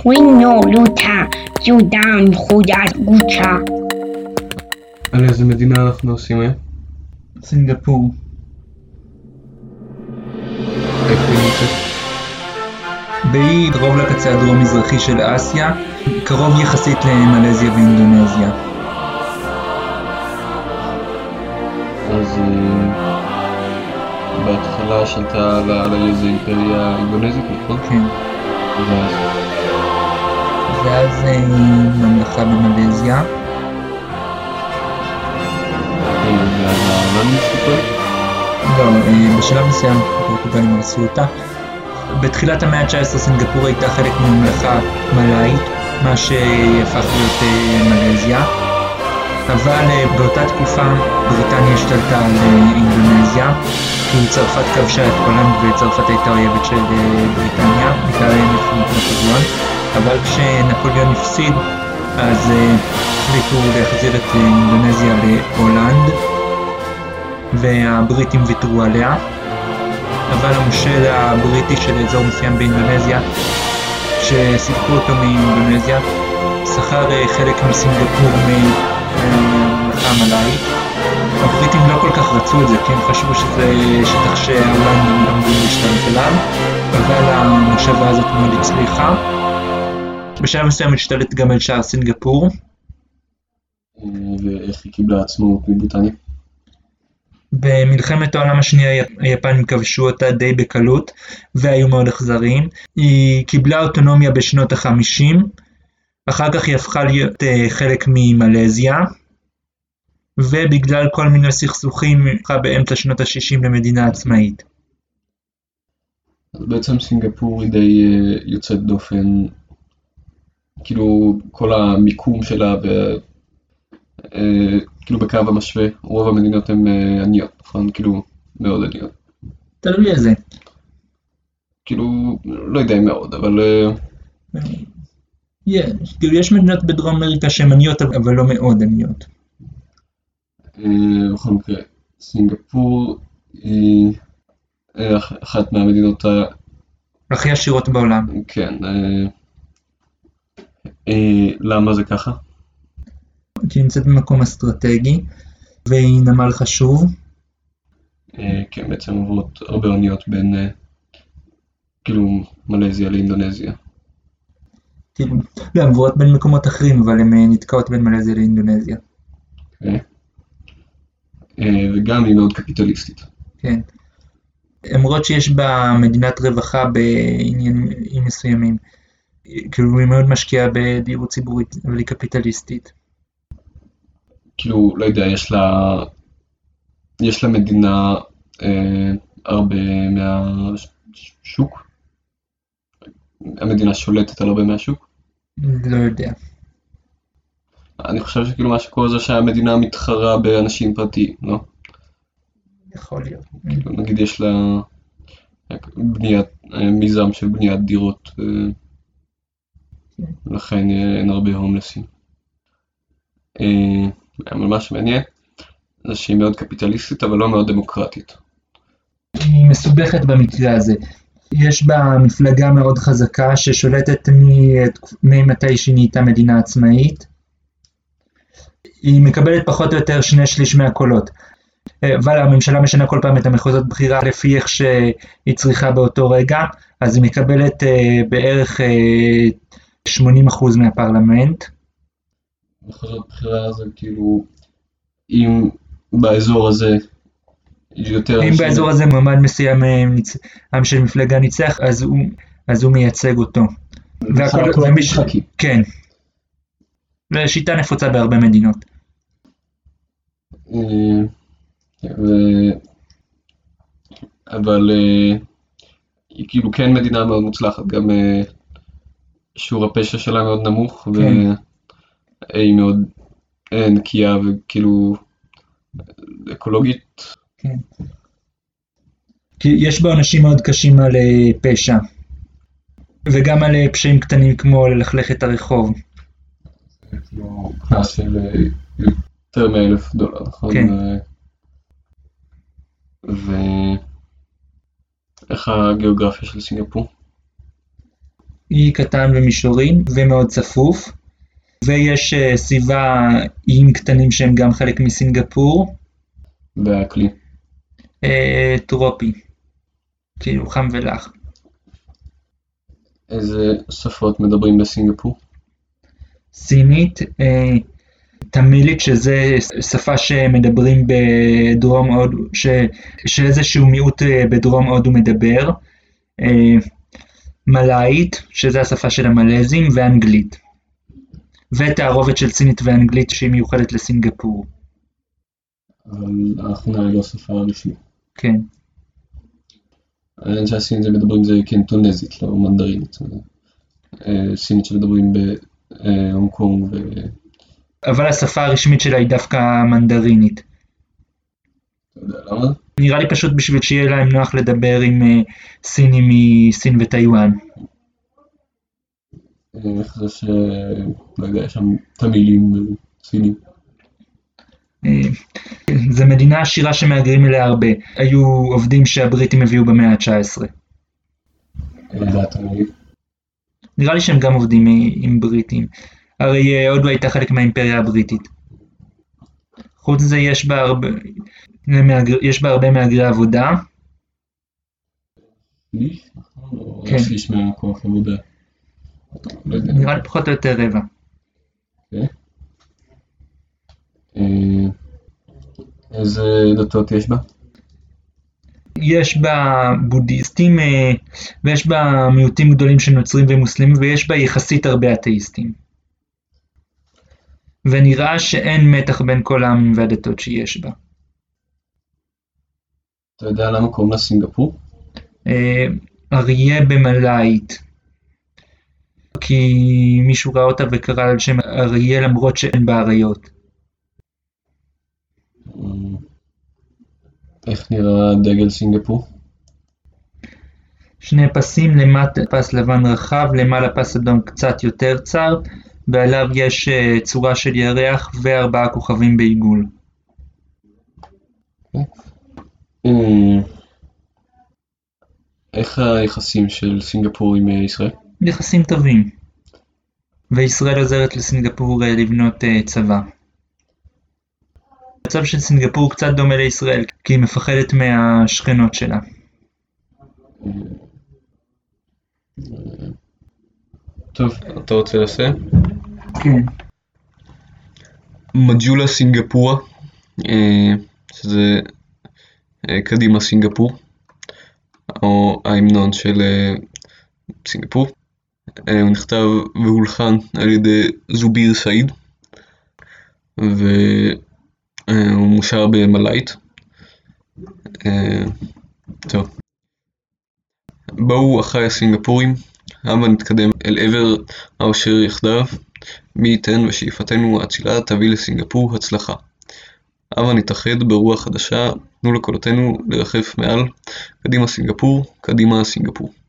Quino luta Sudan חודש גוצ'ה. על איזה מדינה אנחנו עושים היום? סינגפור. איפה היא נמצאת? באי קרוב לקצה הדרום-מזרחי של אסיה, קרוב יחסית למלזיה ואינדונזיה. אז בהתחלה שלטה על איזה אימפריה אינדונזית, נכון? כן. ואז ממלכה במלזיה. ואז העולם נסתכל? לא, בשלב מסוים הפורטוגלים הרסו אותה. בתחילת המאה ה-19 סינגפור הייתה חלק מממלכה מלאית, מה שהפך להיות מלזיה. אבל באותה תקופה בריטניה השתלטה על אינדונזיה, כי צרפת כבשה את הולנד וצרפת הייתה אויבת של בריטניה בגלל מלחמת נפוליאון. אבל כשנפוליאון הפסיד, אז החליטו להחזיר את אינדונזיה להולנד, והבריטים ויתרו עליה. אבל המושל הבריטי של אזור מסוים באינדונזיה, שסיפקו אותו מאינדונזיה, שכר חלק מסינגפור מממלכה המלאית. הבריטים לא כל כך רצו את זה, כי הם חשבו שזה שטח שההולנדים עמדו להשתלט עליו, אבל המושבה הזאת מאוד הצליחה. בשלב מסוים השתלט גם על שער סינגפור. ואיך היא קיבלה עצמאות מבריטניה? במלחמת העולם השנייה היפנים כבשו אותה די בקלות והיו מאוד אכזריים. היא קיבלה אוטונומיה בשנות ה-50, אחר כך היא הפכה להיות חלק ממלזיה, ובגלל כל מיני סכסוכים הפכה באמצע שנות ה-60 למדינה עצמאית. אז בעצם סינגפור היא די יוצאת דופן, כאילו כל המיקום שלה כאילו בקו המשווה, רוב המדינות הן עניות, נכון? כאילו מאוד עניות. תלוי איזה. כאילו, לא יודע מאוד, אבל יש מדינות בדרום אמריקה שהן עניות, אבל לא מאוד עניות. בכל מקרה, סינגפור היא אחת מהמדינות הכי עשירות בעולם. כן. למה זה ככה? כי היא נמצאת במקום אסטרטגי, והיא נמל חשוב. כן, בעצם עוברות הרבה אוניות בין כאילו מלזיה לאינדונזיה. כאילו, לא, הן עוברות בין מקומות אחרים, אבל הן נתקעות בין מלזיה לאינדונזיה. וגם היא מאוד קפיטליסטית. כן. למרות שיש בה מדינת רווחה בעניינים מסוימים. כאילו, היא מאוד משקיעה בדיור ציבורית, אבל היא קפיטליסטית. כאילו, לא יודע, יש לה מדינה הרבה מהשוק? המדינה שולטת על הרבה מהשוק? לא יודע. אני חושב שכאילו מה שקורה זה שהמדינה מתחרה באנשים פרטיים, לא? יכול להיות. כאילו, נגיד יש לה מיזם של בניית דירות, לכן אין הרבה הומלסים. אבל מה שמעניין זה שהיא מאוד קפיטליסטית אבל לא מאוד דמוקרטית. היא מסובכת במקרה הזה. יש בה מפלגה מאוד חזקה ששולטת ממתי שהיא נהייתה מדינה עצמאית. היא מקבלת פחות או יותר 2/3 מהקולות. אבל הממשלה משנה כל פעם את המחוזות בחירה לפי איך שהיא צריכה באותו רגע, אז היא מקבלת בערך 80% מהפרלמנט. מחוזות בחירה זה כאילו, אם באזור הזה יותר... אם באזור הזה מועמד מסוים של מפלגה ניצח, אז הוא מייצג אותו. והכל משחקים. כן. ושיטה נפוצה בהרבה מדינות. אבל היא כאילו כן מדינה מאוד מוצלחת, גם שיעור הפשע שלה מאוד נמוך, והיא מאוד נקייה וכאילו אקולוגית. כן. כי יש בה אנשים מאוד קשים על פשע, וגם על פשעים קטנים כמו ללכלך את הרחוב. זה כאילו קנס של יותר $1,000, נכון? כן. ואיך הגיאוגרפיה של סינגפור? אי קטן ומישורי ומאוד צפוף, ויש סביבה איים קטנים שהם גם חלק מסינגפור, והאקלים. טרופי, כאילו חם ולח. איזה שפות מדברים בסינגפור? סינית, תמילית, שזה שפה שמדברים בדרום הודו, שאיזשהו מיעוט בדרום הודו מדבר, מלאית, שזה השפה של המלזים, ואנגלית. ותערובת של סינית ואנגלית שהיא מיוחדת לסינגפור. אבל האחרונה היא לא שפה רשמית. כן. העניין שהסינית שמדברים זה קנטונזית, לא מנדרינית. סינית שמדברים בהונג קונג אבל השפה הרשמית שלה היא דווקא מנדרינית. אתה יודע למה? נראה לי פשוט בשביל שיהיה להם נוח לדבר עם סינים מסין וטיואן. איך זה לא יודע, יש שם תמילים סינים. זו מדינה עשירה שמהגרים אליה הרבה. היו עובדים שהבריטים הביאו במאה ה-19. זה התמילים. נראה לי שהם גם עובדים עם בריטים. הרי הודו הייתה חלק מהאימפריה הבריטית. חוץ מזה יש בה הרבה מהגרי עבודה. שליש? כן. שליש מהכוח עבודה. נראה לי פחות או יותר רבע. איזה דתות יש בה? יש בה בודהיסטים, ויש בה מיעוטים גדולים של נוצרים ומוסלמים, ויש בה יחסית הרבה אתאיסטים. ונראה שאין מתח בין כל העמים והדתות שיש בה. אתה יודע למה קוראים לה סינגפור? אריה במלאית. כי מישהו ראה אותה וקרא על שם אריה למרות שאין בה אריות. איך נראה דגל סינגפור? שני פסים, למטה פס לבן רחב, למעלה פס אדום קצת יותר צר, ועליו יש צורה של ירח ו4 כוכבים בעיגול. איך היחסים של סינגפור עם ישראל? יחסים טובים. וישראל עוזרת לסינגפור לבנות צבא. המצב של סינגפור קצת דומה לישראל, כי היא מפחדת מהשכנות שלה. טוב, אתה רוצה לסיים? כן. מג'ולה סינגפורה, שזה קדימה סינגפור, או ההמנון של סינגפור. הוא נכתב והולחן על ידי זוביר סעיד, והוא מושר במלאית. טוב. בואו אחי הסינגפורים, הבה נתקדם אל עבר האושר יחדיו, מי ייתן ושאיפתנו האצילה תביא לסינגפור הצלחה. הבה נתאחד ברוח חדשה, תנו לקולותינו לרחף מעל, קדימה סינגפור, קדימה סינגפור.